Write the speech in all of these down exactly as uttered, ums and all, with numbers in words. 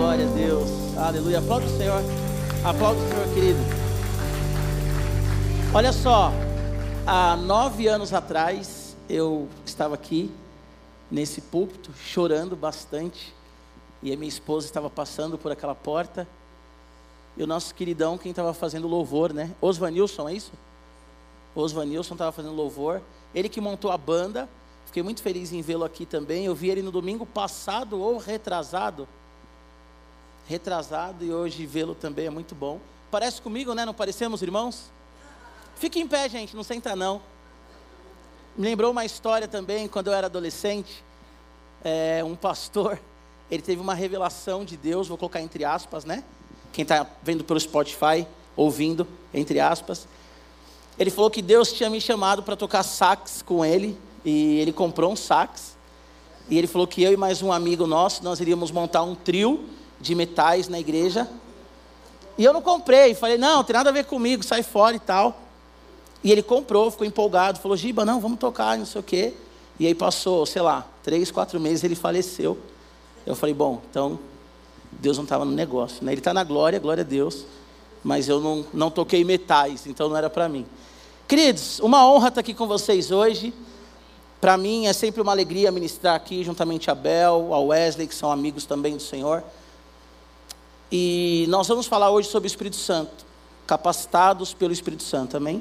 glória a Deus, aleluia. Aplaude o Senhor, aplaude o Senhor, querido. Olha só, há nove anos atrás, eu estava aqui, nesse púlpito, chorando bastante, e a minha esposa estava passando por aquela porta, e o nosso queridão, quem estava fazendo louvor, né? Osvanilson, é isso? Osvanilson estava fazendo louvor, ele que montou a banda. Fiquei muito feliz em vê-lo aqui também. Eu vi ele no domingo passado ou retrasado. Retrasado, e hoje vê-lo também é muito bom. Parece comigo, né? Não parecemos, irmãos? Fique em pé, gente, não senta não. Me lembrou uma história também, quando eu era adolescente. É, um pastor, ele teve uma revelação de Deus, vou colocar entre aspas, né? Quem está vendo pelo Spotify, ouvindo, entre aspas. Ele falou que Deus tinha me chamado para tocar sax com ele. E ele comprou um sax, e ele falou que eu e mais um amigo nosso, nós iríamos montar um trio de metais na igreja. E eu não comprei, falei, não, tem nada a ver comigo, sai fora e tal. E ele comprou, ficou empolgado, falou, Giba, não, vamos tocar, não sei o quê. E aí passou, sei lá, três, quatro meses, ele faleceu. Eu falei, bom, então, Deus não estava no negócio, né? Ele está na glória, glória a Deus, mas eu não, não toquei metais, então não era para mim. Queridos, uma honra estar aqui com vocês hoje. Para mim é sempre uma alegria ministrar aqui juntamente a Bel, a Wesley, que são amigos também do Senhor. E nós vamos falar hoje sobre o Espírito Santo, capacitados pelo Espírito Santo, amém?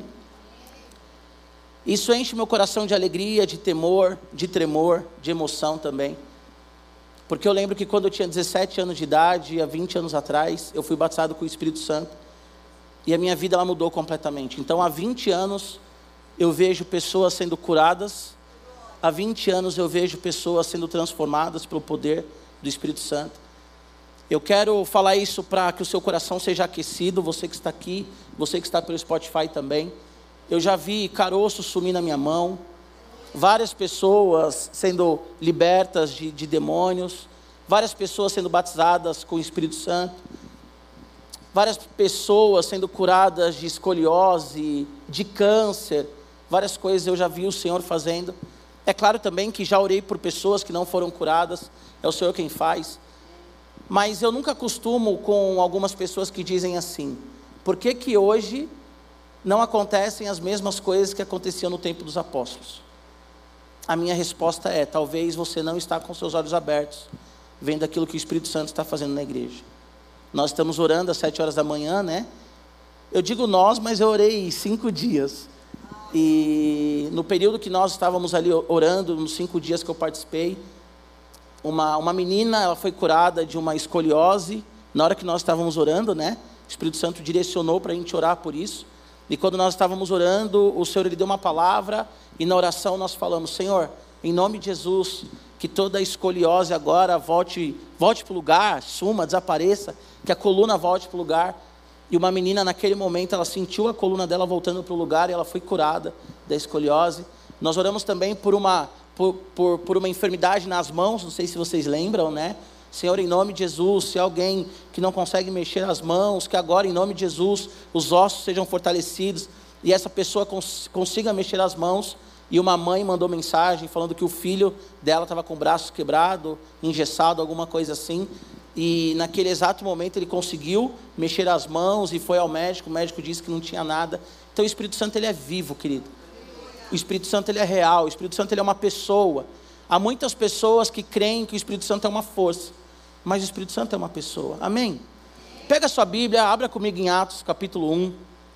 Isso enche meu coração de alegria, de temor, de tremor, de emoção também. Porque eu lembro que quando eu tinha dezessete anos de idade, há vinte anos atrás, eu fui batizado com o Espírito Santo. E a minha vida ela mudou completamente. Então há vinte anos eu vejo pessoas sendo curadas. Há vinte anos eu vejo pessoas sendo transformadas pelo poder do Espírito Santo. Eu quero falar isso para que o seu coração seja aquecido, você que está aqui, você que está pelo Spotify também. Eu já vi caroço sumir na minha mão, várias pessoas sendo libertas de, de demônios, várias pessoas sendo batizadas com o Espírito Santo, várias pessoas sendo curadas de escoliose, de câncer, várias coisas eu já vi o Senhor fazendo. É claro também que já orei por pessoas que não foram curadas, é o Senhor quem faz. Mas eu nunca costumo com algumas pessoas que dizem assim, por que que hoje não acontecem as mesmas coisas que aconteciam no tempo dos apóstolos? A minha resposta é, talvez você não está com seus olhos abertos, vendo aquilo que o Espírito Santo está fazendo na igreja. Nós estamos orando às sete horas da manhã, né? Eu digo nós, mas eu orei cinco dias. E no período que nós estávamos ali orando, nos cinco dias que eu participei, uma, uma menina, ela foi curada de uma escoliose, na hora que nós estávamos orando, né? O Espírito Santo direcionou para a gente orar por isso. E quando nós estávamos orando, o Senhor ele deu uma palavra, e na oração nós falamos, Senhor, em nome de Jesus, que toda a escoliose agora volte, volte para o lugar, suma, desapareça, que a coluna volte para o lugar. E uma menina naquele momento, ela sentiu a coluna dela voltando para o lugar e ela foi curada da escoliose. Nós oramos também por uma, por, por, por uma enfermidade nas mãos, não sei se vocês lembram, né? Senhor, em nome de Jesus, se alguém que não consegue mexer as mãos, que agora em nome de Jesus, os ossos sejam fortalecidos e essa pessoa cons, consiga mexer as mãos. E uma mãe mandou mensagem falando que o filho dela estava com o braço quebrado, engessado, alguma coisa assim. E naquele exato momento ele conseguiu mexer as mãos e foi ao médico, o médico disse que não tinha nada. Então o Espírito Santo ele é vivo, querido. O Espírito Santo ele é real, o Espírito Santo ele é uma pessoa. Há muitas pessoas que creem que o Espírito Santo é uma força, mas o Espírito Santo é uma pessoa, amém? Pega a sua Bíblia, abra comigo em Atos capítulo um.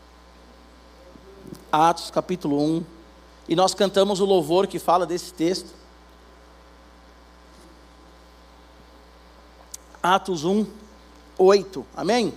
Atos capítulo um. E nós cantamos o louvor que fala desse texto. Atos um, oito, amém?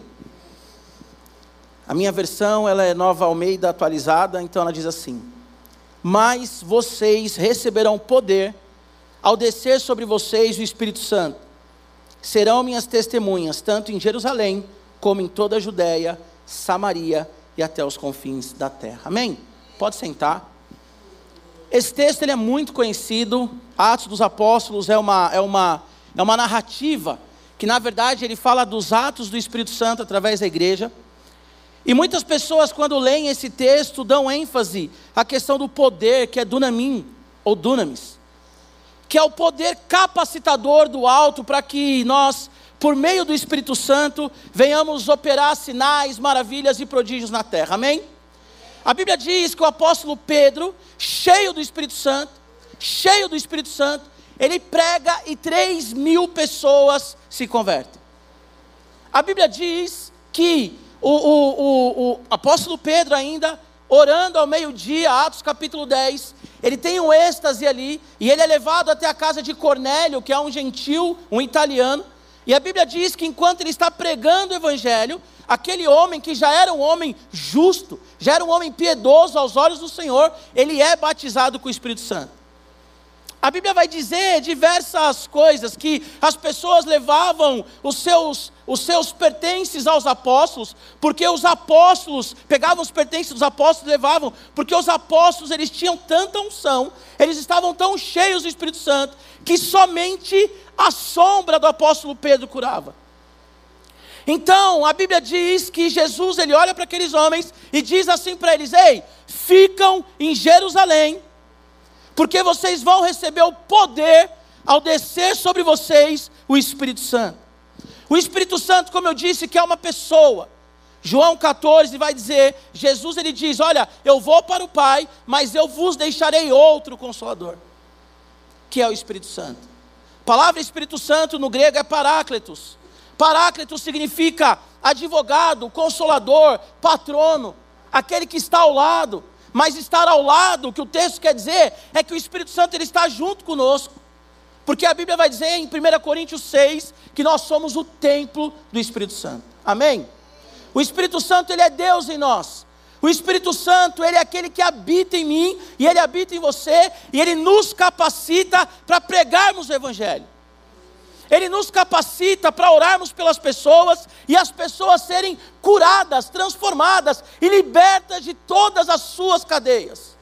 A minha versão, ela é Nova Almeida atualizada, então ela diz assim, mas vocês receberão poder, ao descer sobre vocês o Espírito Santo, serão minhas testemunhas, tanto em Jerusalém, como em toda a Judéia, Samaria e até os confins da terra, amém? Pode sentar. Esse texto ele é muito conhecido, Atos dos Apóstolos é uma, é uma, é uma narrativa, que na verdade ele fala dos atos do Espírito Santo através da igreja. E muitas pessoas quando leem esse texto dão ênfase à questão do poder, que é dunamin, ou dunamis, que é o poder capacitador do alto para que nós por meio do Espírito Santo, venhamos operar sinais, maravilhas e prodígios na terra, amém? A Bíblia diz que o apóstolo Pedro, cheio do Espírito Santo, cheio do Espírito Santo, ele prega e três mil pessoas se convertem. A Bíblia diz que o, o, o, o apóstolo Pedro ainda, orando ao meio-dia, Atos capítulo dez, ele tem um êxtase ali, e ele é levado até a casa de Cornélio, que é um gentil, um italiano, e a Bíblia diz que enquanto ele está pregando o evangelho, aquele homem que já era um homem justo, já era um homem piedoso aos olhos do Senhor, ele é batizado com o Espírito Santo. A Bíblia vai dizer diversas coisas, que as pessoas levavam os seus, os seus pertences aos apóstolos, porque os apóstolos, pegavam os pertences dos apóstolos e levavam, porque os apóstolos, eles tinham tanta unção, eles estavam tão cheios do Espírito Santo, que somente a sombra do apóstolo Pedro curava. Então, a Bíblia diz que Jesus, ele olha para aqueles homens e diz assim para eles: ei, ficam em Jerusalém, porque vocês vão receber o poder ao descer sobre vocês o Espírito Santo. O Espírito Santo, como eu disse, que é uma pessoa. João catorze vai dizer, Jesus ele diz, olha, eu vou para o Pai, mas eu vos deixarei outro Consolador, que é o Espírito Santo. A palavra Espírito Santo no grego é parácletos. Parácletos significa advogado, consolador, patrono, aquele que está ao lado. Mas estar ao lado, o que o texto quer dizer, é que o Espírito Santo ele está junto conosco. Porque a Bíblia vai dizer em primeira Coríntios seis, que nós somos o templo do Espírito Santo. Amém? O Espírito Santo ele é Deus em nós. O Espírito Santo ele é aquele que habita em mim, e ele habita em você, e ele nos capacita para pregarmos o Evangelho. Ele nos capacita para orarmos pelas pessoas, e as pessoas serem curadas, transformadas e libertas de todas as suas cadeias.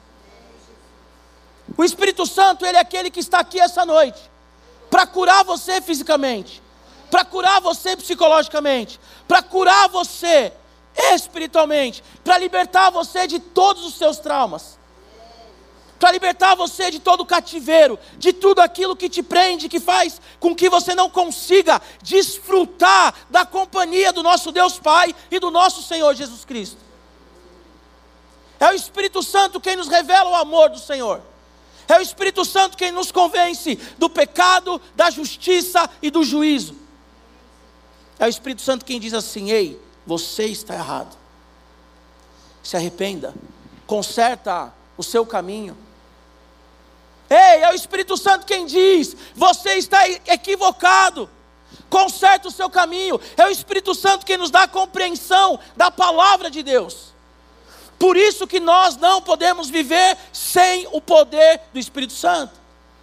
O Espírito Santo, ele é aquele que está aqui essa noite, para curar você fisicamente, para curar você psicologicamente, para curar você espiritualmente, para libertar você de todos os seus traumas, para libertar você de todo o cativeiro, de tudo aquilo que te prende, que faz com que você não consiga desfrutar da companhia do nosso Deus Pai e do nosso Senhor Jesus Cristo. É o Espírito Santo quem nos revela o amor do Senhor. É o Espírito Santo quem nos convence do pecado, da justiça e do juízo. É o Espírito Santo quem diz assim: ei, você está errado. Se arrependa, conserta o seu caminho. Ei, é o Espírito Santo quem diz, você está equivocado, conserta o seu caminho. É o Espírito Santo quem nos dá a compreensão da palavra de Deus. Por isso que nós não podemos viver sem o poder do Espírito Santo.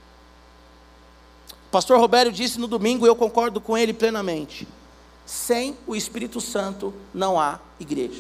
O pastor Robério disse no domingo, e eu concordo com ele plenamente: sem o Espírito Santo não há igreja.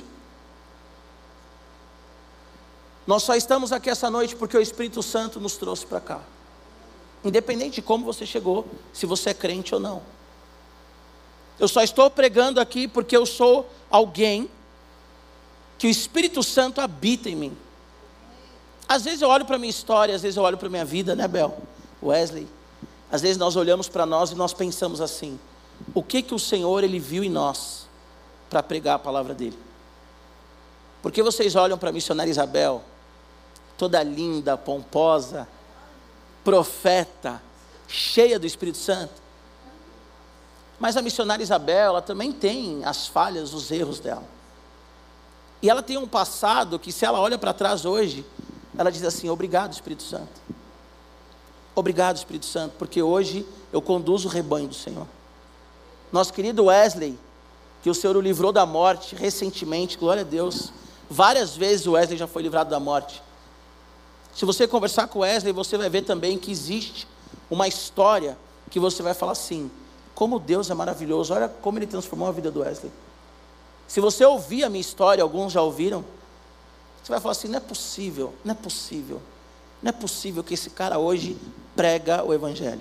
Nós só estamos aqui essa noite porque o Espírito Santo nos trouxe para cá. Independente de como você chegou, se você é crente ou não. Eu só estou pregando aqui porque eu sou alguém que o Espírito Santo habita em mim. Às vezes eu olho para a minha história, às vezes eu olho para a minha vida, né, Bel? Wesley. Às vezes nós olhamos para nós e nós pensamos assim: o que que o Senhor ele viu em nós para pregar a palavra dele? Porque vocês olham para a missionária Isabel, toda linda, pomposa, profeta, cheia do Espírito Santo. Mas a missionária Isabel, ela também tem as falhas, os erros dela. E ela tem um passado que, se ela olha para trás hoje, ela diz assim: obrigado, Espírito Santo. Obrigado, Espírito Santo, porque hoje eu conduzo o rebanho do Senhor. Nosso querido Wesley, que o Senhor o livrou da morte recentemente, glória a Deus. Várias vezes o Wesley já foi livrado da morte. Se você conversar com o Wesley, você vai ver também que existe uma história que você vai falar assim: como Deus é maravilhoso, olha como Ele transformou a vida do Wesley. Se você ouvir a minha história, alguns já ouviram, você vai falar assim: não é possível, não é possível, não é possível que esse cara hoje prega o Evangelho.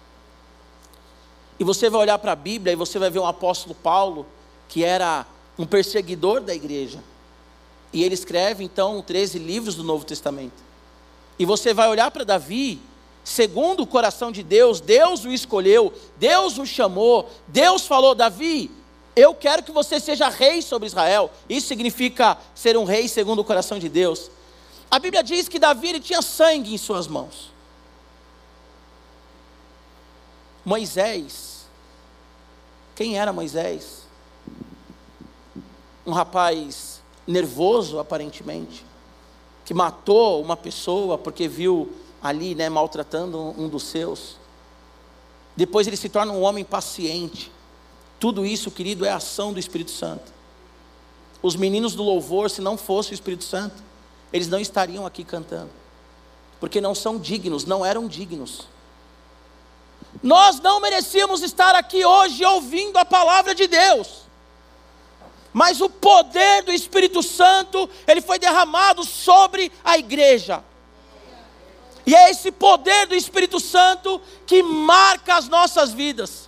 E você vai olhar para a Bíblia e você vai ver um apóstolo Paulo, que era um perseguidor da igreja. E ele escreve então treze livros do Novo Testamento. E você vai olhar para Davi, segundo o coração de Deus, Deus o escolheu, Deus o chamou, Deus falou: Davi, eu quero que você seja rei sobre Israel. Isso significa ser um rei segundo o coração de Deus. A Bíblia diz que Davi, ele tinha sangue em suas mãos. Moisés, quem era Moisés? Um rapaz nervoso, aparentemente, que matou uma pessoa porque viu ali, né, maltratando um dos seus. Depois ele se torna um homem paciente. Tudo isso, querido, é a ação do Espírito Santo. Os meninos do louvor, se não fosse o Espírito Santo, eles não estariam aqui cantando, porque não são dignos, não eram dignos. Nós não merecíamos estar aqui hoje ouvindo a palavra de Deus, mas o poder do Espírito Santo, ele foi derramado sobre a igreja. E é esse poder do Espírito Santo que marca as nossas vidas.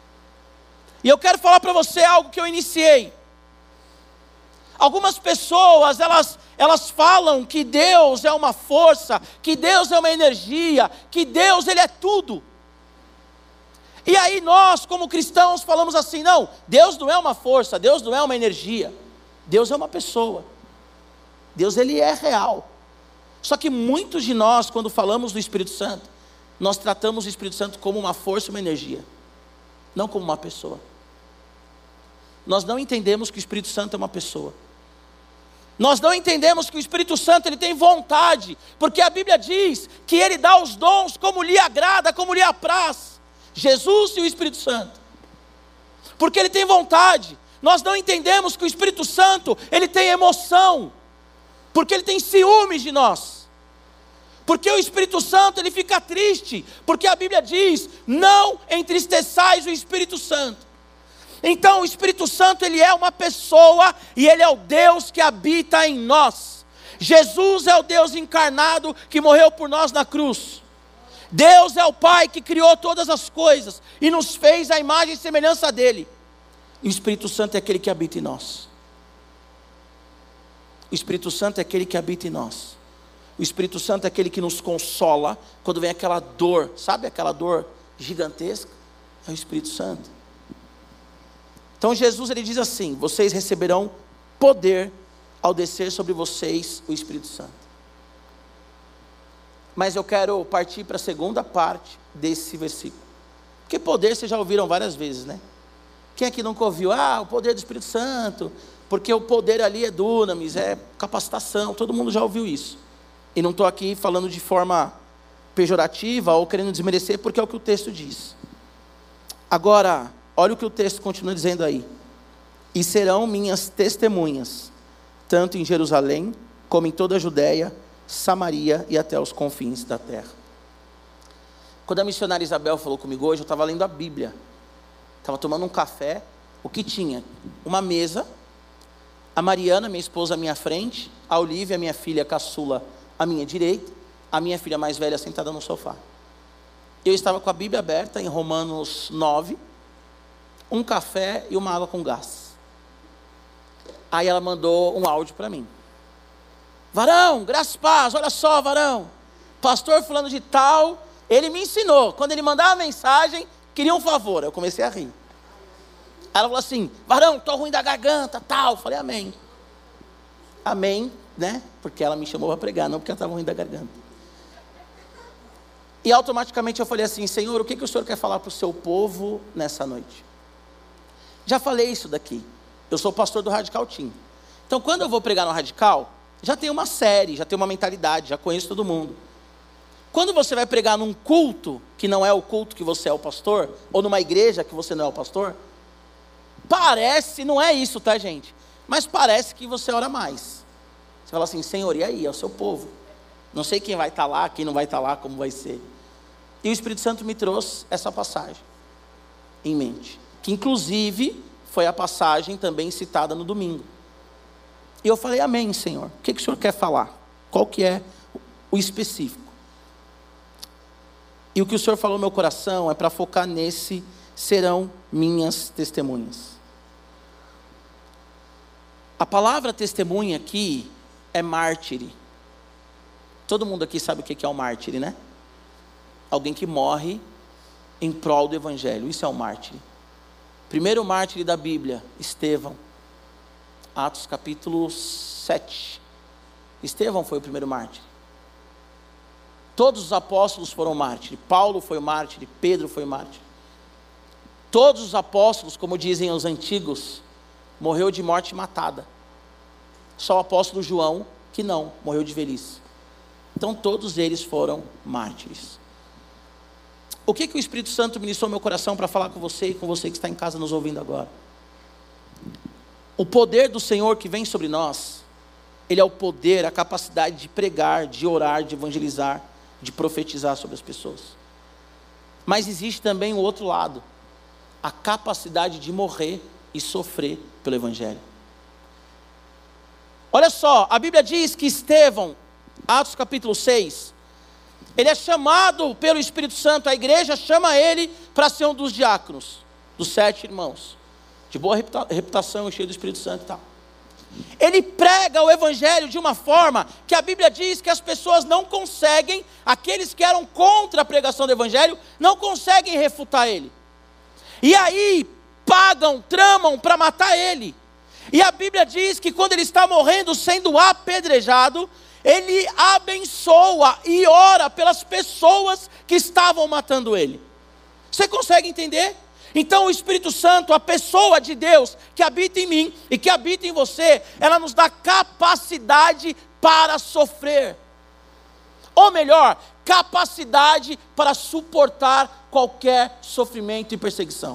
E eu quero falar para você algo que eu iniciei. Algumas pessoas, elas, elas falam que Deus é uma força, que Deus é uma energia, que Deus, ele é tudo. E aí nós, como cristãos, falamos assim: não, Deus não é uma força, Deus não é uma energia, Deus é uma pessoa. Deus, ele é real. Só que muitos de nós, quando falamos do Espírito Santo, nós tratamos o Espírito Santo como uma força, uma energia, não como uma pessoa. Nós não entendemos que o Espírito Santo é uma pessoa. Nós não entendemos que o Espírito Santo, ele tem vontade, porque a Bíblia diz que ele dá os dons como lhe agrada, como lhe apraz. Jesus e o Espírito Santo, porque ele tem vontade. Nós não entendemos que o Espírito Santo, ele tem emoção, porque ele tem ciúmes de nós. Porque o Espírito Santo, ele fica triste, porque a Bíblia diz: não entristeçais o Espírito Santo. Então o Espírito Santo, ele é uma pessoa, e ele é o Deus que habita em nós. Jesus é o Deus encarnado que morreu por nós na cruz. Deus é o Pai que criou todas as coisas e nos fez a imagem e semelhança dele. E o Espírito Santo é aquele que habita em nós. O Espírito Santo é aquele que habita em nós. O Espírito Santo é aquele que nos consola quando vem aquela dor, sabe aquela dor gigantesca? É o Espírito Santo. Então Jesus, ele diz assim: vocês receberão poder ao descer sobre vocês o Espírito Santo. Mas eu quero partir para a segunda parte desse versículo. Porque poder vocês já ouviram várias vezes, né? Quem aqui nunca ouviu? Ah, o poder do Espírito Santo, porque o poder ali é dunamis, é capacitação. Todo mundo já ouviu isso. E não estou aqui falando de forma pejorativa ou querendo desmerecer, porque é o que o texto diz. Agora, olha o que o texto continua dizendo aí: e serão minhas testemunhas, tanto em Jerusalém, como em toda a Judéia, Samaria e até os confins da terra. Quando a missionária Isabel falou comigo hoje, eu estava lendo a Bíblia, estava tomando um café. O que tinha? Uma mesa, a Mariana, minha esposa, à minha frente, a Olívia, minha filha caçula, à minha direita, a minha filha mais velha sentada no sofá. Eu estava com a Bíblia aberta em Romanos nove, um café e uma água com gás. Aí ela mandou um áudio para mim: varão, graças e paz, olha só, varão, pastor fulano de tal, ele me ensinou, quando ele mandava mensagem, queria um favor. Eu comecei a rir. Aí ela falou assim: varão, estou ruim da garganta, tal. Eu falei: amém. Amém, né? Porque ela me chamou para pregar, não porque ela estava ruim da garganta. E automaticamente eu falei assim: Senhor, o que, que o Senhor quer falar para o seu povo nessa noite? Já falei isso daqui. Eu sou pastor do Radical Team. Então quando eu vou pregar no Radical, já tem uma série, já tem uma mentalidade, já conheço todo mundo. Quando você vai pregar num culto, que não é o culto que você é o pastor, ou numa igreja que você não é o pastor, parece, não é isso, tá, gente? Mas parece que você ora mais. Você fala assim: Senhor, e aí? É o seu povo. Não sei quem vai estar lá, quem não vai estar lá, como vai ser. E o Espírito Santo me trouxe essa passagem em mente, que inclusive foi a passagem também citada no domingo. E eu falei: amém, Senhor. O que, que o Senhor quer falar? Qual que é o específico? E o que o Senhor falou no meu coração é para focar nesse: serão minhas testemunhas. A palavra testemunha aqui é mártire. Todo mundo aqui sabe o que é o mártire, né? alguém que morre em prol do evangelho. Isso é um mártir. Primeiro mártir da Bíblia, Estevão. Atos capítulo sete. Estevão foi o primeiro mártir. Todos os apóstolos foram mártires. Paulo foi mártir, Pedro foi mártir. Todos os apóstolos, como dizem os antigos, morreu de morte matada. Só o apóstolo João que não, morreu de velhice. Então todos eles foram mártires. O que que o Espírito Santo ministrou no meu coração para falar com você e com você que está em casa nos ouvindo agora? O poder do Senhor que vem sobre nós, ele é o poder, a capacidade de pregar, de orar, de evangelizar, de profetizar sobre as pessoas. Mas existe também o outro lado, a capacidade de morrer e sofrer pelo evangelho. Olha só, a Bíblia diz que Estevão, Atos capítulo seis, ele é chamado pelo Espírito Santo, a igreja chama ele para ser um dos diáconos, dos sete irmãos, de boa reputação, cheio do Espírito Santo e tal. Ele prega o evangelho de uma forma que a Bíblia diz que as pessoas não conseguem, aqueles que eram contra a pregação do evangelho, não conseguem refutar ele. E aí pagam, tramam para matar ele. E a Bíblia diz que quando ele está morrendo, sendo apedrejado, ele abençoa e ora pelas pessoas que estavam matando ele. Você consegue entender? Então o Espírito Santo, a pessoa de Deus que habita em mim e que habita em você, ela nos dá capacidade para sofrer. Ou melhor, capacidade para suportar qualquer sofrimento e perseguição.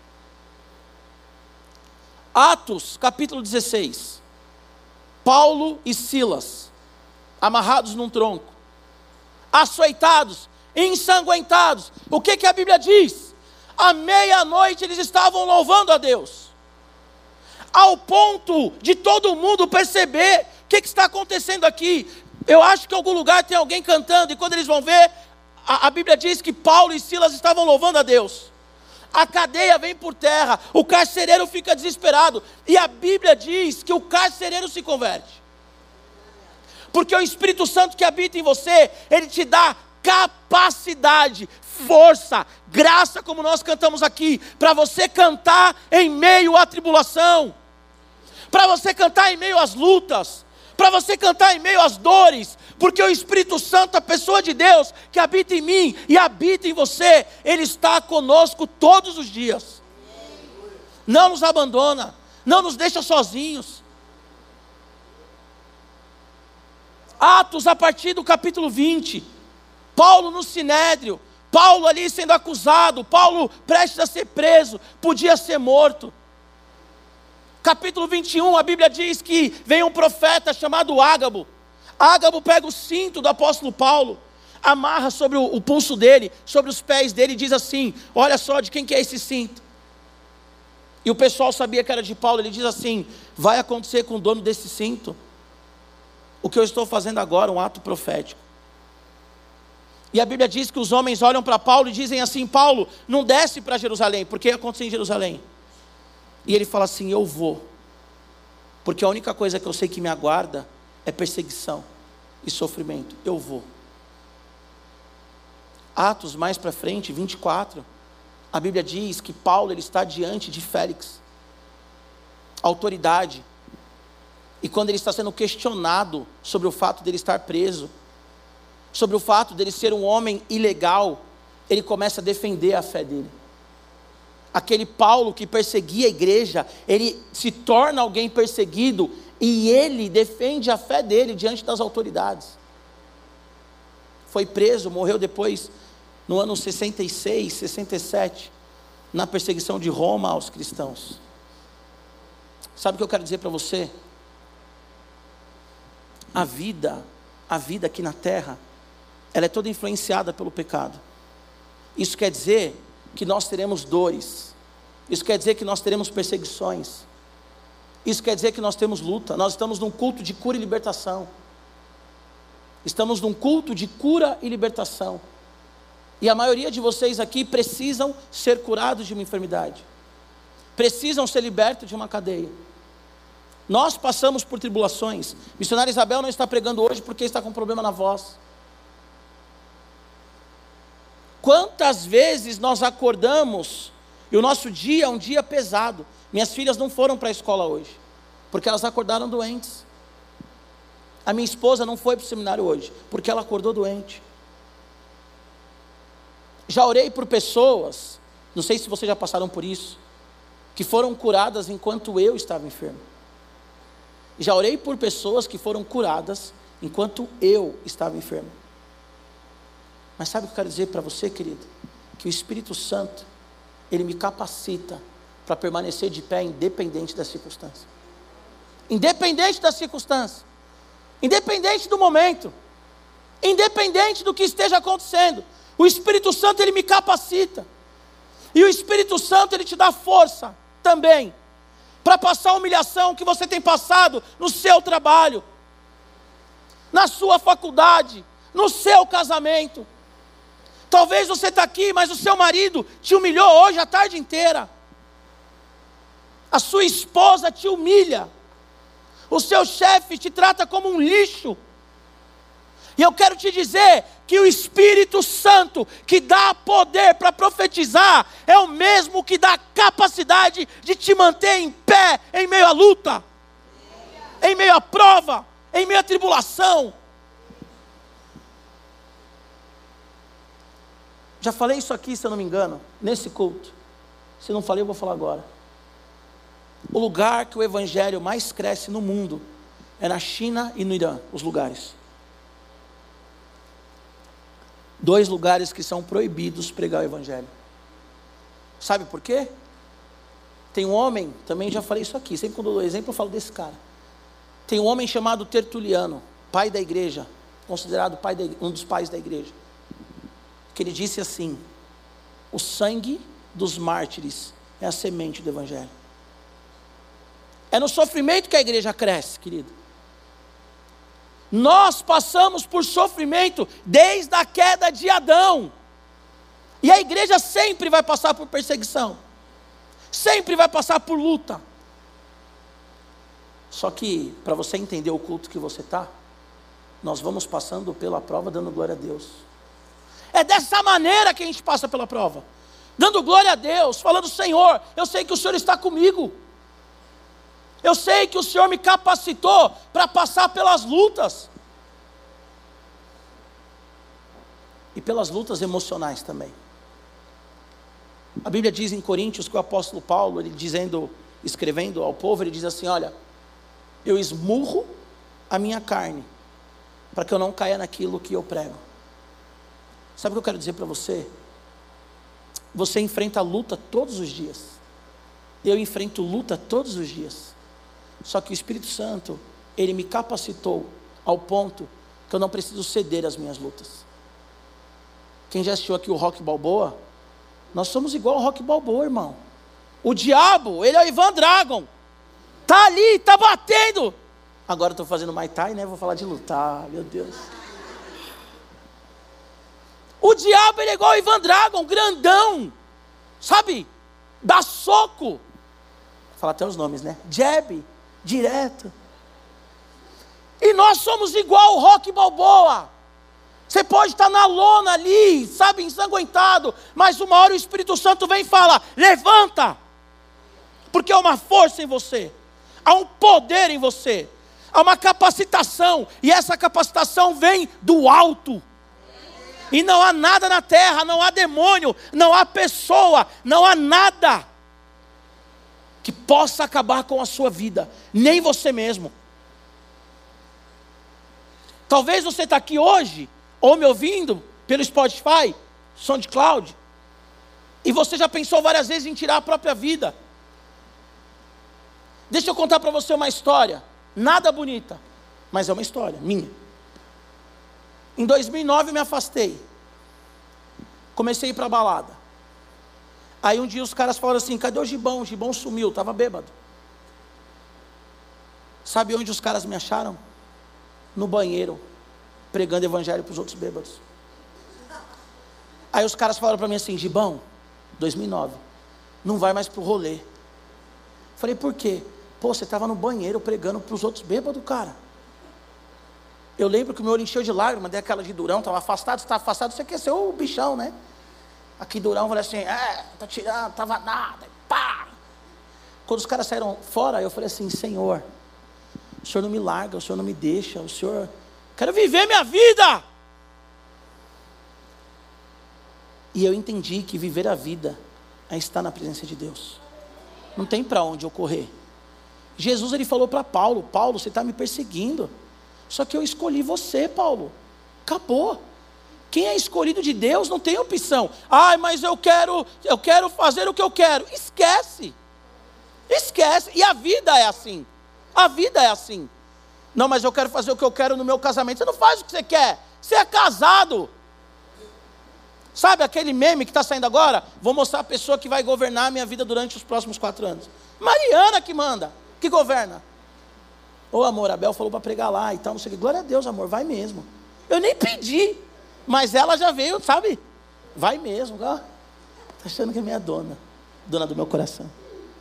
Atos capítulo dezesseis. Paulo e Silas, amarrados num tronco, açoitados, ensanguentados. O que que a Bíblia diz? À meia-noite eles estavam louvando a Deus, ao ponto de todo mundo perceber: o que que está acontecendo aqui? Eu acho que em algum lugar tem alguém cantando, e quando eles vão ver, a, a Bíblia diz que Paulo e Silas estavam louvando a Deus. A cadeia vem por terra, o carcereiro fica desesperado, e a Bíblia diz que o carcereiro se converte, porque o Espírito Santo que habita em você, ele te dá capacidade, força, graça, como nós cantamos aqui, para você cantar em meio à tribulação, para você cantar em meio às lutas, para você cantar em meio às dores, porque o Espírito Santo, a pessoa de Deus que habita em mim e habita em você, ele está conosco todos os dias, não nos abandona, não nos deixa sozinhos. Atos, a partir do capítulo vinte, Paulo no Sinédrio, Paulo ali sendo acusado, Paulo prestes a ser preso, podia ser morto. Capítulo vinte e um, a Bíblia diz que vem um profeta chamado Ágabo. Ágabo pega o cinto do apóstolo Paulo, amarra sobre o, o pulso dele, sobre os pés dele, e diz assim: olha só, de quem que é esse cinto? E o pessoal sabia que era de Paulo. Ele diz assim: vai acontecer com o dono desse cinto o que eu estou fazendo agora, um ato profético. E a Bíblia diz que os homens olham para Paulo e dizem assim: Paulo, não desce para Jerusalém, porque ia acontecer em Jerusalém. E ele fala assim: eu vou, porque a única coisa que eu sei que me aguarda é perseguição e sofrimento. Eu vou. Atos mais para frente, vinte e quatro, a Bíblia diz que Paulo ele está diante de Félix, autoridade, e quando ele está sendo questionado sobre o fato dele estar preso, sobre o fato dele ser um homem ilegal, ele começa a defender a fé dele. Aquele Paulo que perseguia a igreja, ele se torna alguém perseguido, e ele defende a fé dele diante das autoridades. Foi preso, morreu depois, no ano sessenta e seis, sessenta e sete, na perseguição de Roma aos cristãos. Sabe o que eu quero dizer para você? A vida, a vida aqui na terra, ela é toda influenciada pelo pecado. Isso quer dizer que nós teremos dores, isso quer dizer que nós teremos perseguições, isso quer dizer que nós temos luta. Nós estamos num culto de cura e libertação, estamos num culto de cura e libertação, e a maioria de vocês aqui precisam ser curados de uma enfermidade, precisam ser libertos de uma cadeia. Nós passamos por tribulações. Missionária Isabel não está pregando hoje porque está com problema na voz. Quantas vezes nós acordamos e o nosso dia é um dia pesado. Minhas filhas não foram para a escola hoje, porque elas acordaram doentes. A minha esposa não foi para o seminário hoje, porque ela acordou doente. Já orei por pessoas, não sei se vocês já passaram por isso, que foram curadas enquanto eu estava enfermo. Já orei por pessoas que foram curadas enquanto eu estava enfermo. Mas sabe o que eu quero dizer para você, querido? Que o Espírito Santo, ele me capacita para permanecer de pé independente das circunstâncias. Independente das circunstâncias. Independente do momento. Independente do que esteja acontecendo. O Espírito Santo, ele me capacita. E o Espírito Santo, ele te dá força também para passar a humilhação que você tem passado no seu trabalho, na sua faculdade, no seu casamento. Talvez você está aqui, mas o seu marido te humilhou hoje a tarde inteira. A sua esposa te humilha. O seu chefe te trata como um lixo. E eu quero te dizer que o Espírito Santo, que dá poder para profetizar, é o mesmo que dá capacidade de te manter em pé, em meio à luta, em meio à prova, em meio à tribulação. Já falei isso aqui, se eu não me engano, nesse culto. Se não falei, eu vou falar agora. O lugar que o evangelho mais cresce no mundo é na China e no Irã, os lugares. Dois lugares que são proibidos pregar o evangelho. Sabe por quê? Tem um homem, também já falei isso aqui, sempre quando eu dou exemplo eu falo desse cara. Tem um homem chamado Tertuliano, pai da igreja, considerado pai da, um dos pais da igreja, que ele disse assim: o sangue dos mártires é a semente do evangelho. É no sofrimento que a igreja cresce, querido. Nós passamos por sofrimento desde a queda de Adão. E a igreja sempre vai passar por perseguição. Sempre vai passar por luta. Só que, para você entender o culto que você está, nós vamos passando pela prova dando glória a Deus. É dessa maneira que a gente passa pela prova. Dando glória a Deus, falando: Senhor, eu sei que o Senhor está comigo. Eu sei que o Senhor me capacitou para passar pelas lutas. E pelas lutas emocionais também. A Bíblia diz em Coríntios que o apóstolo Paulo, ele dizendo, escrevendo ao povo, ele diz assim: olha, eu esmurro a minha carne, para que eu não caia naquilo que eu prego. Sabe o que eu quero dizer para você? Você enfrenta a luta todos os dias. Eu enfrento luta todos os dias. Só que o Espírito Santo, ele me capacitou ao ponto que eu não preciso ceder às minhas lutas. Quem já assistiu aqui o Rocky Balboa? Nós somos igual ao Rocky Balboa, irmão. O diabo, ele é o Ivan Dragon. Está ali, está batendo. Agora estou fazendo Muay Thai, né? Vou falar de lutar, meu Deus. O diabo, ele é igual ao Ivan Dragon, grandão. Sabe? Dá soco. Vou falar até os nomes, né? Jab. Direto. E nós somos igual o Rocky Balboa. Você pode estar na lona ali, sabe, ensanguentado, mas uma hora o Espírito Santo vem e fala: levanta, porque há uma força em você, há um poder em você, há uma capacitação, e essa capacitação vem do alto. E não há nada na terra, não há demônio, não há pessoa, não há nada que possa acabar com a sua vida, nem você mesmo. Talvez você está aqui hoje, ou me ouvindo pelo Spotify, SoundCloud, e você já pensou várias vezes em tirar a própria vida. Deixa eu contar para você uma história, nada bonita, mas é uma história minha. Em dois mil e nove eu me afastei, comecei a ir para a balada. Aí um dia os caras falaram assim: cadê o Gibão? O Gibão sumiu, estava bêbado. Sabe onde os caras me acharam? No banheiro, pregando evangelho para os outros bêbados. Aí os caras falaram para mim assim: Gibão, dois mil e nove, não vai mais para o rolê. Falei: por quê? Pô, você estava no banheiro pregando para os outros bêbados, cara. Eu lembro que o meu olho encheu de lágrimas, dei aquela de durão, estava afastado, você estava afastado, você quer ser o bichão, né? Aqui durão, eu falei assim, é, tá tirando, tava nada, pá. Quando os caras saíram fora, eu falei assim, Senhor, o Senhor não me larga, o Senhor não me deixa, o Senhor, quero viver minha vida. E eu entendi que viver a vida é estar na presença de Deus. Não tem para onde eu correr. Jesus, ele falou para Paulo, Paulo, você está me perseguindo. Só que eu escolhi você, Paulo. Acabou. Quem é escolhido de Deus não tem opção. Ai, mas eu quero, eu quero fazer o que eu quero. Esquece. Esquece. E a vida é assim. A vida é assim. Não, mas eu quero fazer o que eu quero no meu casamento. Você não faz o que você quer. Você é casado. Sabe aquele meme que está saindo agora? Vou mostrar a pessoa que vai governar a minha vida durante os próximos quatro anos. Mariana que manda, que governa. Ô amor, a Bel falou para pregar lá e tal, não sei o que. Glória a Deus, amor, vai mesmo. Eu nem pedi, mas ela já veio, sabe? Vai mesmo. Está achando que é minha dona, dona do meu coração.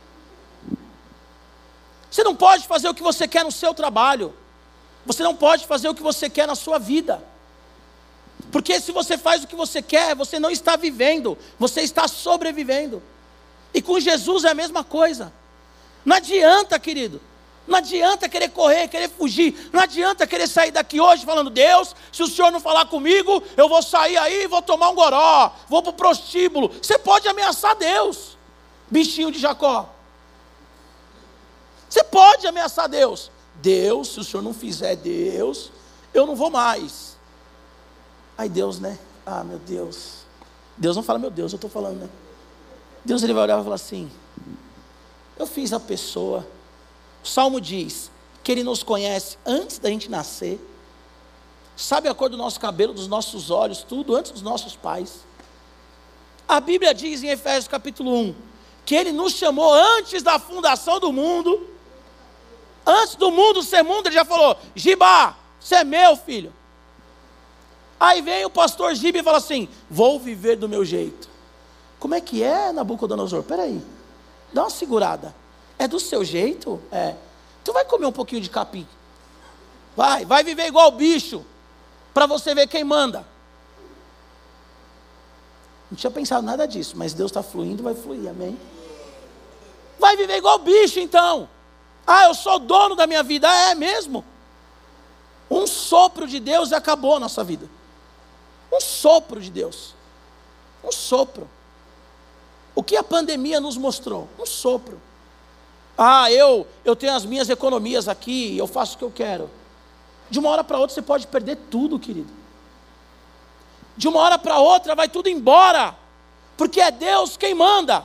Você não pode fazer o que você quer no seu trabalho. Você não pode fazer o que você quer na sua vida. Porque se você faz o que você quer, você não está vivendo, você está sobrevivendo. E com Jesus é a mesma coisa. Não adianta, querido, não adianta querer correr, querer fugir, não adianta querer sair daqui hoje falando, Deus, se o Senhor não falar comigo, eu vou sair aí e vou tomar um goró, vou para o prostíbulo. Você pode ameaçar Deus, bichinho de Jacó. Você pode ameaçar Deus. Deus, se o Senhor não fizer Deus, eu não vou mais. Aí Deus, né? Ah, meu Deus. Deus não fala, meu Deus, eu estou falando, né? Deus, ele vai olhar e vai falar assim, eu fiz a pessoa. O Salmo diz que Ele nos conhece antes da gente nascer. Sabe a cor do nosso cabelo, dos nossos olhos, tudo antes dos nossos pais. A Bíblia diz em Efésios capítulo um, que Ele nos chamou antes da fundação do mundo. Antes do mundo ser mundo, Ele já falou, Giba, você é meu filho. Aí vem o pastor Giba e fala assim, vou viver do meu jeito. Como é que é, Nabucodonosor? Peraí, dá uma segurada. É do seu jeito? É. Tu vai comer um pouquinho de capim. Vai, vai viver igual bicho, para você ver quem manda. Não tinha pensado nada disso, mas Deus está fluindo, vai fluir, amém? Vai viver igual bicho então. Ah, eu sou dono da minha vida. Ah, é mesmo? Um sopro de Deus e acabou a nossa vida. Um sopro de Deus. Um sopro. O que a pandemia nos mostrou? Um sopro. Ah, eu, eu tenho as minhas economias aqui, eu faço o que eu quero. De uma hora para outra você pode perder tudo, querido. De uma hora para outra vai tudo embora. Porque é Deus quem manda.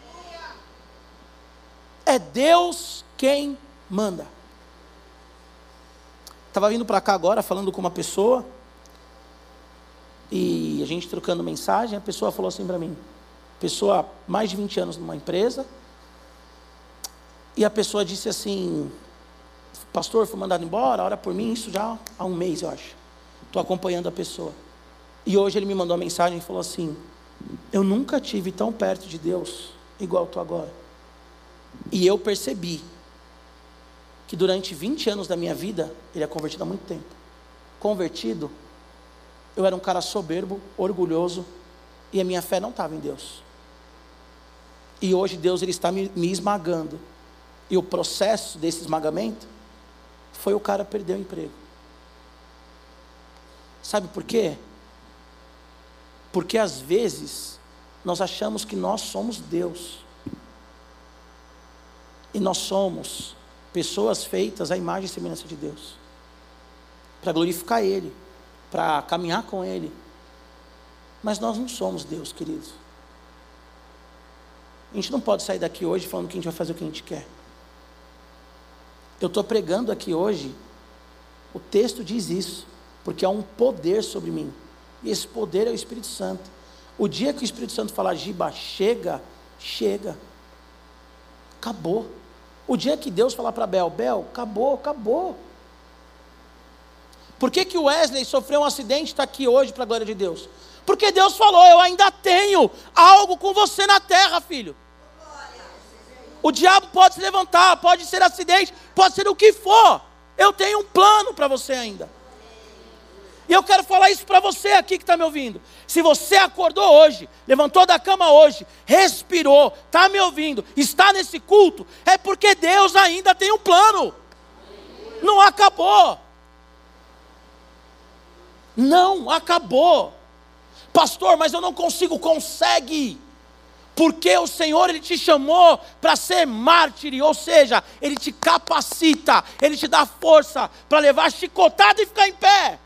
É Deus quem manda. Estava vindo para cá agora, falando com uma pessoa. E a gente trocando mensagem, a pessoa falou assim para mim. Pessoa, mais de vinte anos numa empresa. E a pessoa disse assim, pastor, fui mandado embora, ora por mim, isso já há um mês, eu acho. Estou acompanhando a pessoa. E hoje ele me mandou uma mensagem e falou assim, eu nunca tive tão perto de Deus, igual estou agora. E eu percebi que durante vinte anos da minha vida, ele é convertido há muito tempo. Convertido, eu era um cara soberbo, orgulhoso, e a minha fé não estava em Deus. E hoje Deus ele está me, me esmagando. E o processo desse esmagamento foi o cara perder o emprego. Sabe por quê? Porque às vezes nós achamos que nós somos Deus. E nós somos pessoas feitas à imagem e semelhança de Deus. Para glorificar Ele, para caminhar com Ele. Mas nós não somos Deus, queridos. A gente não pode sair daqui hoje falando que a gente vai fazer o que a gente quer. Eu estou pregando aqui hoje, o texto diz isso, porque há um poder sobre mim, e esse poder é o Espírito Santo. O dia que o Espírito Santo falar, Giba, chega, chega, acabou. O dia que Deus falar para Bel, Bel, acabou, acabou. Por que que o Wesley sofreu um acidente e está aqui hoje para a glória de Deus? Porque Deus falou, eu ainda tenho algo com você na terra, filho. O diabo pode se levantar, pode ser acidente, pode ser o que for. Eu tenho um plano para você ainda. E eu quero falar isso para você aqui que está me ouvindo. Se você acordou hoje, levantou da cama hoje, respirou, está me ouvindo, está nesse culto, é porque Deus ainda tem um plano. Não acabou. Não acabou. Pastor, mas eu não consigo. Consegue. Porque o Senhor, Ele te chamou para ser mártir, ou seja, Ele te capacita, Ele te dá força para levar chicotada e ficar em pé.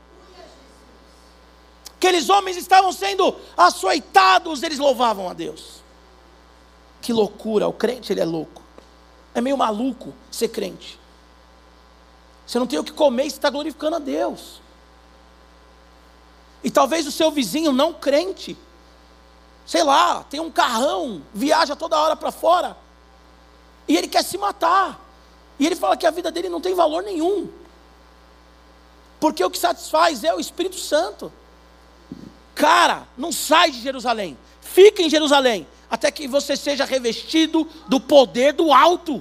Aqueles homens estavam sendo açoitados, eles louvavam a Deus. Que loucura, o crente ele é louco. É meio maluco ser crente. Você não tem o que comer e você está glorificando a Deus. E talvez o seu vizinho não crente, sei lá, tem um carrão, viaja toda hora para fora, e ele quer se matar. E ele fala que a vida dele não tem valor nenhum. Porque o que satisfaz é o Espírito Santo. Cara, não sai de Jerusalém, fica em Jerusalém, até que você seja revestido do poder do alto.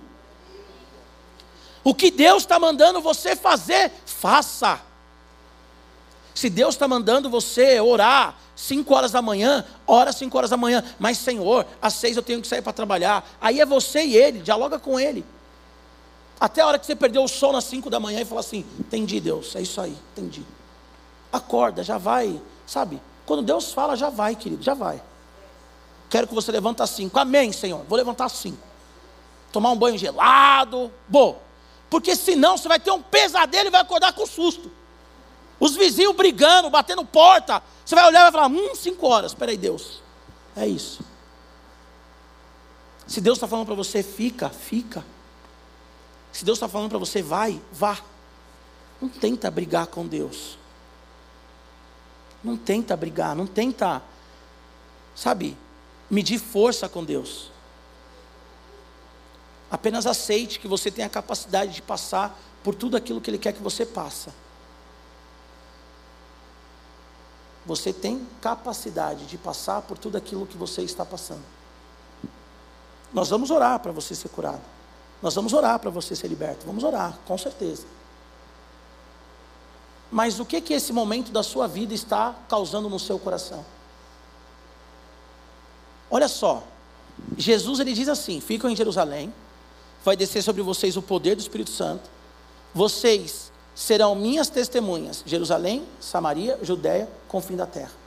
O que Deus está mandando você fazer, faça. Se Deus está mandando você orar cinco horas da manhã, ora cinco horas da manhã, mas Senhor, às seis eu tenho que sair para trabalhar, aí é você e Ele, dialoga com Ele, até a hora que você perdeu o sono às cinco da manhã e fala assim, entendi Deus, é isso aí, entendi. Acorda, já vai, sabe? Quando Deus fala, já vai, querido, já vai. Quero que você levante às cinco. Amém, Senhor. Vou levantar às cinco. Tomar um banho gelado. Bom, porque senão você vai ter um pesadelo e vai acordar com susto. Os vizinhos brigando, batendo porta. Você vai olhar e vai falar, hum, cinco horas. Espera aí, Deus. É isso. Se Deus está falando para você, fica, fica. Se Deus está falando para você, vai, vá. Não tenta brigar com Deus. Não tenta brigar, não tenta, sabe, medir força com Deus. Apenas aceite que você tem a capacidade de passar por tudo aquilo que Ele quer que você passe. Você tem capacidade de passar por tudo aquilo que você está passando. Nós vamos orar para você ser curado. Nós vamos orar para você ser liberto. Vamos orar, com certeza. Mas o que que esse momento da sua vida está causando no seu coração? Olha só, Jesus ele diz assim, ficam em Jerusalém, vai descer sobre vocês o poder do Espírito Santo, vocês serão minhas testemunhas, Jerusalém, Samaria, Judeia, confim da terra.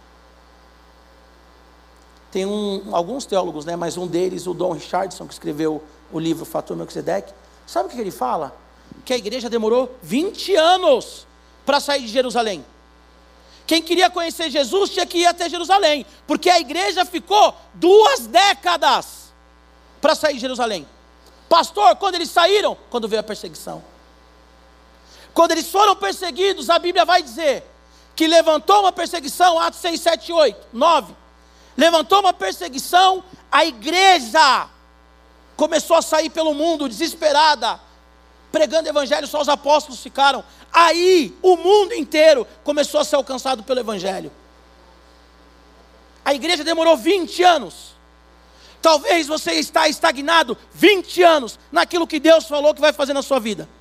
Tem um, alguns teólogos, né, mas um deles, o Don Richardson, que escreveu o livro Fator Melquisedeque, sabe o que ele fala? Que a igreja demorou vinte anos para sair de Jerusalém. Quem queria conhecer Jesus tinha que ir até Jerusalém, porque a igreja ficou duas décadas para sair de Jerusalém. Pastor, quando eles saíram? Quando veio a perseguição. Quando eles foram perseguidos, a Bíblia vai dizer que levantou uma perseguição, Atos seis, sete, oito, nove. Levantou uma perseguição, a igreja começou a sair pelo mundo desesperada, pregando evangelho, só os apóstolos ficaram. Aí o mundo inteiro começou a ser alcançado pelo evangelho. A igreja demorou vinte anos. Talvez você está estagnado vinte anos naquilo que Deus falou que vai fazer na sua vida.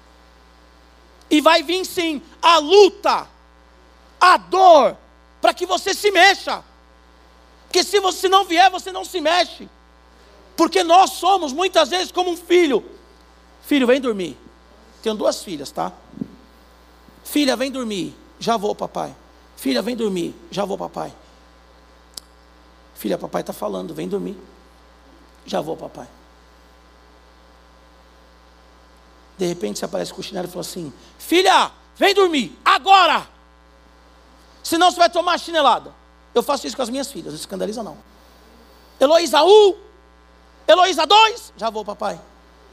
E vai vir sim a luta, a dor, para que você se mexa. Porque se você não vier, você não se mexe. Porque nós somos muitas vezes como um filho. Filho, vem dormir. Tenho duas filhas, tá? Filha, vem dormir. Já vou, papai. Filha, vem dormir. Já vou, papai. Filha, papai está falando, vem dormir. Já vou, papai. De repente você aparece com o chinelo e fala assim, filha, vem dormir, agora! Senão você vai tomar chinelada. Eu faço isso com as minhas filhas, não escandaliza não. Heloísa um, Heloísa dois, já vou, papai.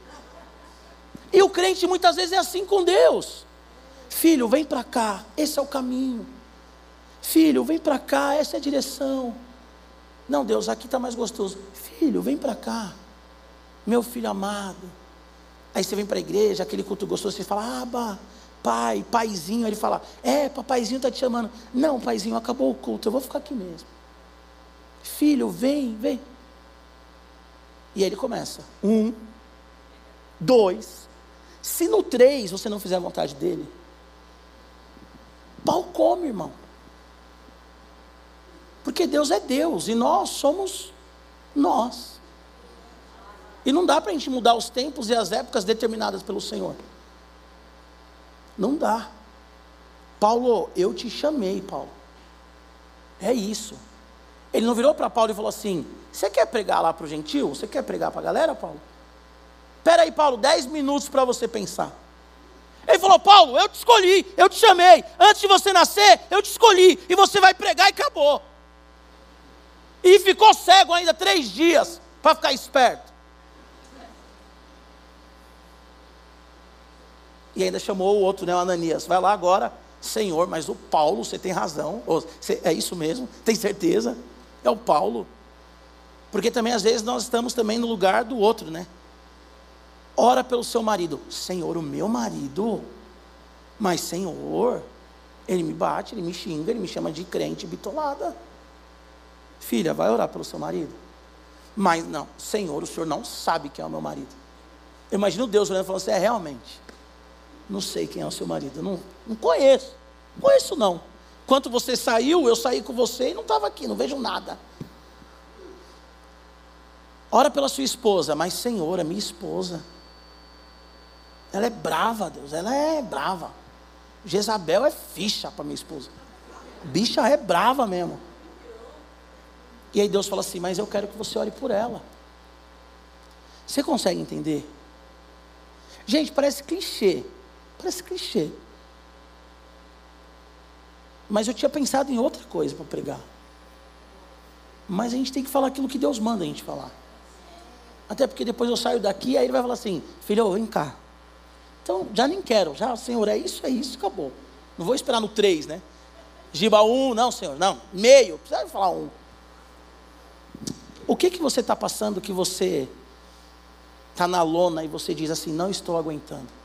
E o crente muitas vezes é assim com Deus. Filho, vem para cá, esse é o caminho. Filho, vem para cá, essa é a direção. Não, Deus, aqui está mais gostoso. Filho, vem para cá, meu filho amado. Aí você vem para a igreja, aquele culto gostoso, você fala, aba, pai, paizinho. Aí ele fala, é, papaizinho está te chamando. Não, paizinho, acabou o culto, eu vou ficar aqui mesmo. Filho, vem, vem. E aí ele começa, um, dois. Se no três você não fizer a vontade dele, pau come, irmão. Porque Deus é Deus e nós somos nós. E não dá para a gente mudar os tempos e as épocas determinadas pelo Senhor. Não dá. Paulo, eu te chamei, Paulo. É isso. Ele não virou para Paulo e falou assim: você quer pregar lá para o gentil? Você quer pregar para a galera, Paulo? Espera aí, Paulo, dez minutos para você pensar. Ele falou: Paulo, eu te escolhi, eu te chamei. Antes de você nascer, eu te escolhi. E você vai pregar e acabou. E ficou cego ainda três dias para ficar esperto. E ainda chamou o outro, né, o Ananias. Vai lá agora, Senhor, mas o Paulo, você tem razão. É isso mesmo? Tem certeza? É o Paulo. Porque também às vezes nós estamos também no lugar do outro, né? Ora pelo seu marido. Senhor, o meu marido? Mas Senhor, ele me bate, ele me xinga, ele me chama de crente bitolada. Filha, vai orar pelo seu marido. Mas não, Senhor, o Senhor não sabe quem é o meu marido. Eu imagino Deus olhando e falando assim: é realmente, não sei quem é o seu marido, não, não conheço, não conheço não. Quando você saiu, eu saí com você e não estava aqui, não vejo nada. Ora pela sua esposa. Mas Senhor, a minha esposa, ela é brava, Deus, ela é brava. Jezabel é ficha para minha esposa. Bicha é brava mesmo. E aí Deus fala assim: mas eu quero que você ore por ela. Você consegue entender? Gente, parece clichê. Parece clichê. Mas eu tinha pensado em outra coisa para pregar. Mas a gente tem que falar aquilo que Deus manda a gente falar. Até porque depois eu saio daqui, aí ele vai falar assim: filho, vem cá. Então, já nem quero. Já, Senhor, é isso, é isso, acabou. Não vou esperar no três, né? Giba um, não, Senhor, não. Meio, precisa falar um. O que que você está passando que você está na lona e você diz assim: não estou aguentando?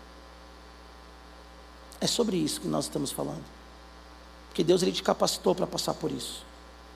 É sobre isso que nós estamos falando. Porque Deus, Ele te capacitou para passar por isso.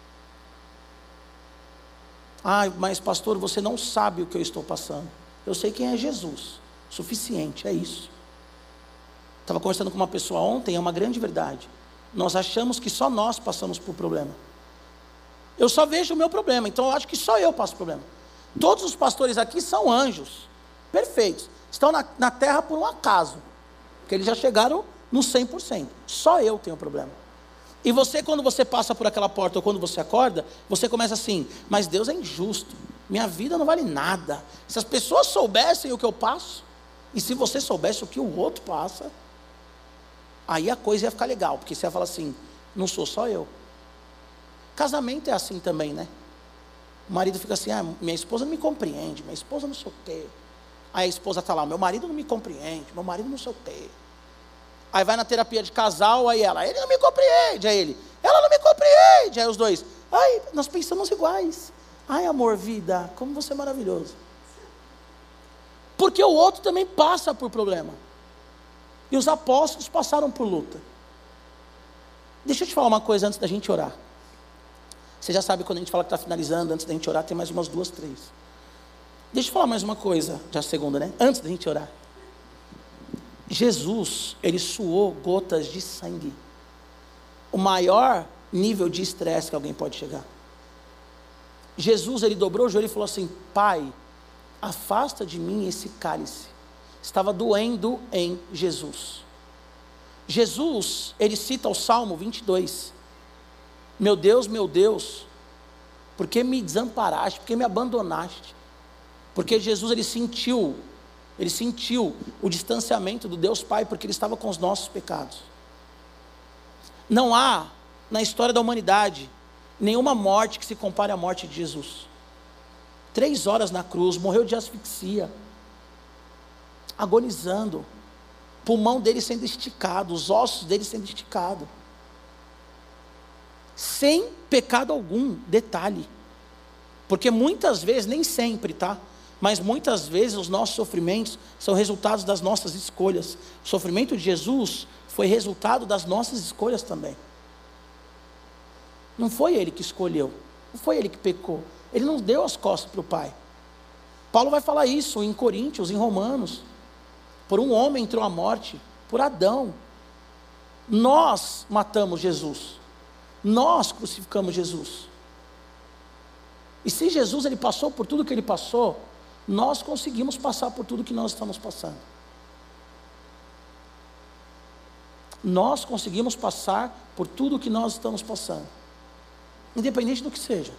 Ah, mas pastor, você não sabe o que eu estou passando. Eu sei quem é Jesus. Suficiente, é isso. Estava conversando com uma pessoa ontem, é uma grande verdade. Nós achamos que só nós passamos por problema. Eu só vejo o meu problema, então eu acho que só eu passo problema. Todos os pastores aqui são anjos, perfeitos. Estão na, na terra por um acaso, porque eles já chegaram no cem por cento. Só eu tenho problema. E você, quando você passa por aquela porta, ou quando você acorda, você começa assim: mas Deus é injusto, minha vida não vale nada. Se as pessoas soubessem o que eu passo, e se você soubesse o que o outro passa, aí a coisa ia ficar legal, porque você ia falar assim: não sou só eu. Casamento é assim também, né? O marido fica assim: ah, minha esposa não me compreende, minha esposa não sei o quê. Aí a esposa está lá: meu marido não me compreende, meu marido não sei o quê. Aí vai na terapia de casal, aí ela: ele não me compreende, aí ele: ela não me compreende, aí os dois: ai, nós pensamos iguais. Ai, amor, vida, como você é maravilhoso. Porque o outro também passa por problema. E os apóstolos passaram por luta. Deixa eu te falar uma coisa antes da gente orar. Você já sabe, quando a gente fala que está finalizando, antes da gente orar, tem mais umas duas, três. Deixa eu falar mais uma coisa, já a segunda, né? Antes da gente orar. Jesus, Ele suou gotas de sangue. O maior nível de estresse que alguém pode chegar. Jesus, Ele dobrou o joelho e falou assim: Pai, afasta de mim esse cálice. Estava doendo em Jesus. Jesus, Ele cita o Salmo vinte e dois. Meu Deus, meu Deus, por que me desamparaste, por que me abandonaste? Porque Jesus, Ele sentiu, Ele sentiu o distanciamento do Deus Pai, porque Ele estava com os nossos pecados. Não há, na história da humanidade, nenhuma morte que se compare à morte de Jesus. Três horas na cruz, morreu de asfixia, agonizando, pulmão dele sendo esticado, os ossos dele sendo esticados, sem pecado algum. Detalhe, porque muitas vezes, nem sempre, tá? Mas muitas vezes os nossos sofrimentos são resultados das nossas escolhas. O sofrimento de Jesus foi resultado das nossas escolhas também. Não foi Ele que escolheu, não foi Ele que pecou, Ele não deu as costas para o Pai. Paulo vai falar isso em Coríntios, em Romanos. Por um homem entrou a morte, por Adão. Nós matamos Jesus. Nós crucificamos Jesus. E se Jesus ele passou por tudo que ele passou, nós conseguimos passar por tudo que nós estamos passando. Nós conseguimos passar por tudo que nós estamos passando, independente do que seja.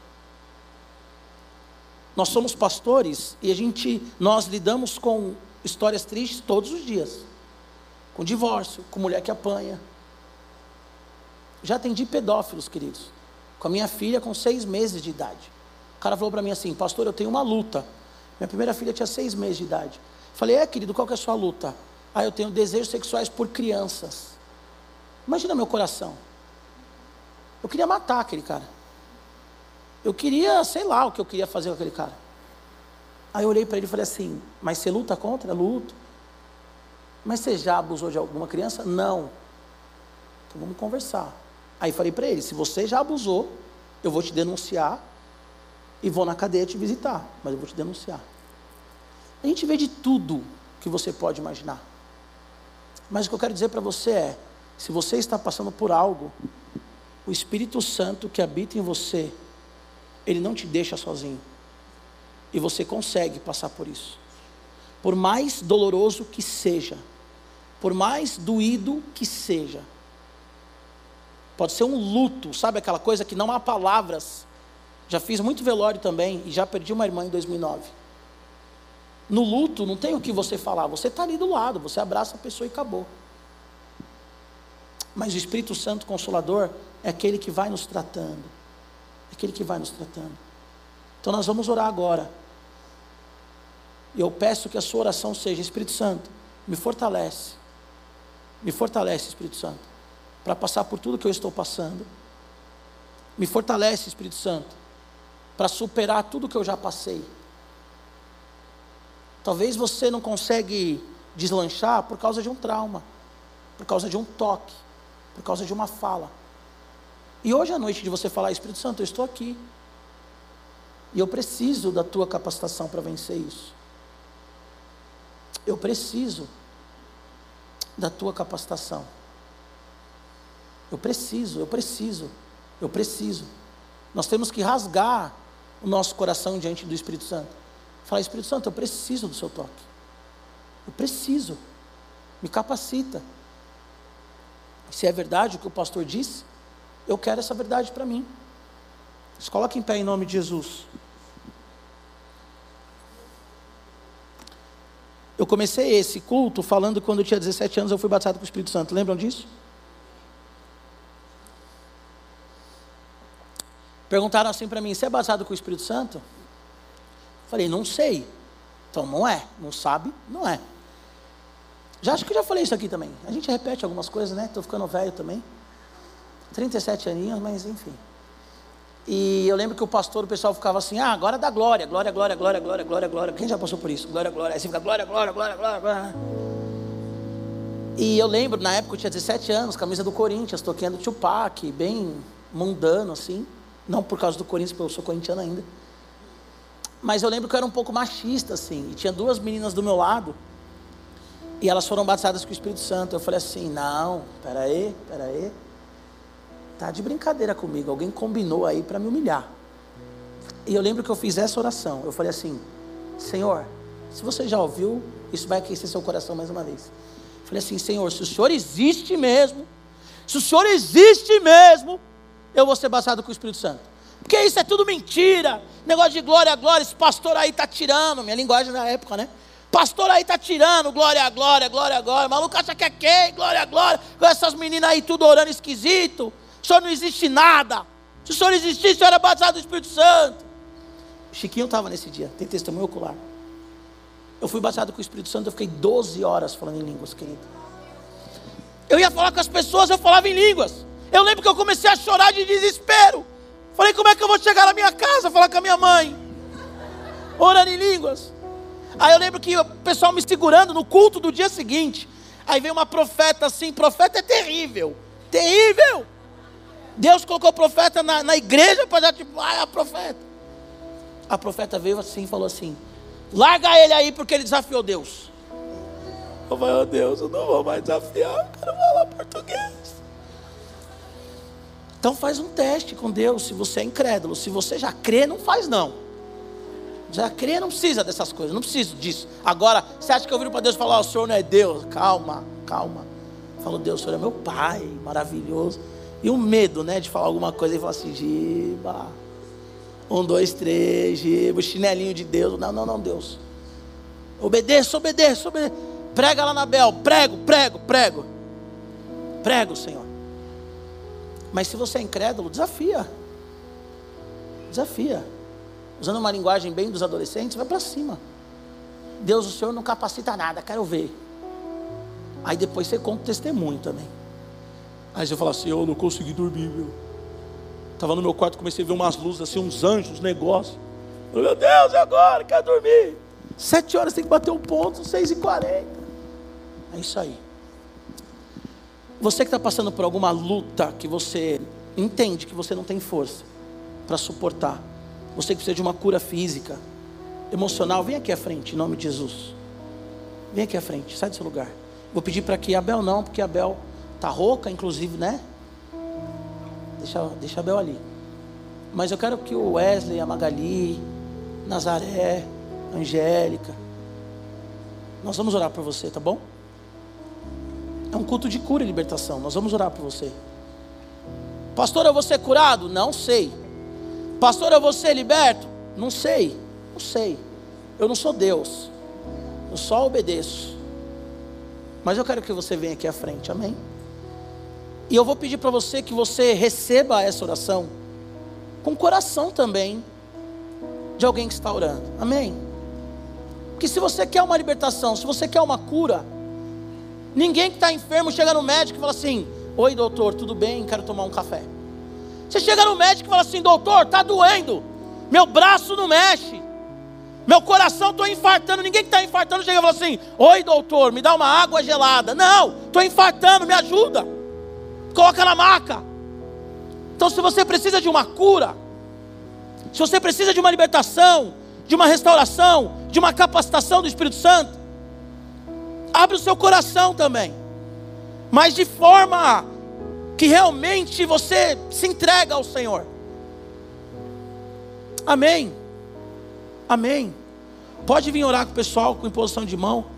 Nós somos pastores e a gente, nós lidamos com histórias tristes todos os dias. Com divórcio, com mulher que apanha. Já atendi pedófilos, queridos. Com a minha filha com seis meses de idade. O cara falou para mim assim: pastor, eu tenho uma luta. Minha primeira filha tinha seis meses de idade. Falei: é, querido, qual que é a sua luta? Ah, eu tenho desejos sexuais por crianças. Imagina meu coração. Eu queria matar aquele cara. Eu queria, sei lá o que eu queria fazer com aquele cara. Aí eu olhei para ele e falei assim: mas você luta contra? Luto. Mas você já abusou de alguma criança? Não. Então vamos conversar. Aí falei para ele: se você já abusou, eu vou te denunciar e vou na cadeia te visitar, mas eu vou te denunciar. A gente vê de tudo que você pode imaginar. Mas o que eu quero dizer para você é: se você está passando por algo, o Espírito Santo que habita em você, ele não te deixa sozinho. E você consegue passar por isso. Por mais doloroso que seja, por mais doído que seja, pode ser um luto, sabe aquela coisa que não há palavras. Já fiz muito velório também e já perdi uma irmã em dois mil e nove. No luto não tem o que você falar, você está ali do lado, você abraça a pessoa e acabou. Mas o Espírito Santo Consolador é aquele que vai nos tratando, é aquele que vai nos tratando. Então nós vamos orar agora. E eu peço que a sua oração seja: Espírito Santo, me fortalece, me fortalece, Espírito Santo, para passar por tudo que eu estou passando. Me fortalece, Espírito Santo, para superar tudo que eu já passei. Talvez você não consegue deslanchar por causa de um trauma, por causa de um toque, por causa de uma fala. E hoje à noite de você falar: Espírito Santo, eu estou aqui, e eu preciso da tua capacitação para vencer isso. Eu preciso da tua capacitação. Eu preciso, eu preciso, eu preciso. Nós temos que rasgar o nosso coração diante do Espírito Santo. Falar: Espírito Santo, eu preciso do seu toque. Eu preciso. Me capacita. Se é verdade o que o pastor disse, eu quero essa verdade para mim. Se coloque em pé em nome de Jesus. Eu comecei esse culto falando que quando eu tinha dezessete anos eu fui batizado com o Espírito Santo. Lembram disso? Perguntaram assim para mim: você é batizado com o Espírito Santo? Falei: não sei. Então não é. Não sabe, não é. Já acho que eu já falei isso aqui também. A gente repete algumas coisas, né? Estou ficando velho também. trinta e sete aninhos, mas enfim. E eu lembro que o pastor, o pessoal ficava assim: ah, agora dá glória, glória, glória, glória, glória, glória, glória. Quem já passou por isso? Glória, glória. Aí você fica glória, glória, glória, glória, glória. E eu lembro, na época eu tinha dezessete anos, camisa do Corinthians, toquendo Tupac, bem mundano assim. Não por causa do Corinthians, porque eu sou corintiano ainda. Mas eu lembro que eu era um pouco machista assim. E tinha duas meninas do meu lado. E elas foram batizadas com o Espírito Santo. Eu falei assim: não, peraí, peraí. Tá de brincadeira comigo, alguém combinou aí para me humilhar. E eu lembro que eu fiz essa oração. Eu falei assim: Senhor, se você já ouviu, isso vai aquecer seu coração mais uma vez. Eu falei assim: Senhor, se o Senhor existe mesmo, se o Senhor existe mesmo, eu vou ser batizado com o Espírito Santo. Porque isso é tudo mentira. Negócio de glória a glória, esse pastor aí está tirando. Minha linguagem da época, né? Pastor aí está tirando, glória a glória, glória a glória. O maluco acha que é quem? Glória a glória. Com essas meninas aí tudo orando esquisito. O Senhor não existe nada. Se o Senhor existisse, o Senhor era batizado do Espírito Santo. O Chiquinho estava nesse dia, tem testemunho ocular. Eu fui batizado com o Espírito Santo, eu fiquei doze horas falando em línguas, querido. Eu ia falar com as pessoas, eu falava em línguas. Eu lembro que eu comecei a chorar de desespero. Falei: como é que eu vou chegar na minha casa, falar com a minha mãe? Orando em línguas. Aí eu lembro que o pessoal me segurando no culto do dia seguinte. Aí veio uma profeta assim, profeta é terrível, terrível. Deus colocou o profeta na, na igreja para dar tipo, ah, é a profeta. A profeta veio assim e falou assim: larga ele aí porque ele desafiou Deus. Eu falei: oh Deus, eu não vou mais desafiar, eu quero falar português. Então faz um teste com Deus, se você é incrédulo. Se você já crê, não faz não. Já crê, não precisa dessas coisas, não precisa disso. Agora, você acha que eu viro para Deus e falar, oh, o Senhor não é Deus? Calma, calma. Falo, Deus, o Senhor é meu Pai, maravilhoso. E o medo, né, de falar alguma coisa e falar assim, Giba, um, dois, três, Giba, o chinelinho de Deus. Não, não, não, Deus. Obedeço, obedeço, obedeço. Prega lá na Bel, prego, prego, prego. Prego, Senhor. Mas se você é incrédulo, desafia. Desafia. Usando uma linguagem bem dos adolescentes, vai para cima. Deus, o Senhor não capacita nada, quero ver. Aí depois você conta o testemunho também. Aí você fala assim, eu não consegui dormir, meu. Estava no meu quarto, comecei a ver umas luzes assim, uns anjos, uns negócios. Falei, meu Deus, e agora? Quero dormir. Sete horas tem que bater um ponto, seis e quarenta. É isso aí. Você que está passando por alguma luta, que você entende que você não tem força para suportar. Você que precisa de uma cura física, emocional, vem aqui à frente, em nome de Jesus. Vem aqui à frente, sai do seu lugar. Vou pedir para que a Bel não, porque a Bel está rouca, inclusive, né? Deixa, deixa a Bel ali. Mas eu quero que o Wesley, a Magali, Nazaré, Angélica, nós vamos orar por você, tá bom? É um culto de cura e libertação, nós vamos orar por você. Pastor, eu vou ser curado? Não sei. Pastor, eu vou ser liberto? Não sei, não sei. Eu não sou Deus, eu só obedeço. Mas eu quero que você venha aqui à frente, amém? E eu vou pedir para você que você receba essa oração com o coração também de alguém que está orando, amém? Porque se você quer uma libertação, se você quer uma cura, ninguém que está enfermo chega no médico e fala assim, oi doutor, tudo bem? Quero tomar um café. Você chega no médico e fala assim, doutor, está doendo, meu braço não mexe, meu coração, estou infartando. Ninguém que está infartando chega e fala assim, oi doutor, me dá uma água gelada. Não, estou infartando, me ajuda, coloca na maca. Então se você precisa de uma cura, se você precisa de uma libertação, de uma restauração, de uma capacitação do Espírito Santo, abre o seu coração também, mas de forma que realmente você se entrega ao Senhor. Amém, amém. Pode vir orar com o pessoal com imposição de mão.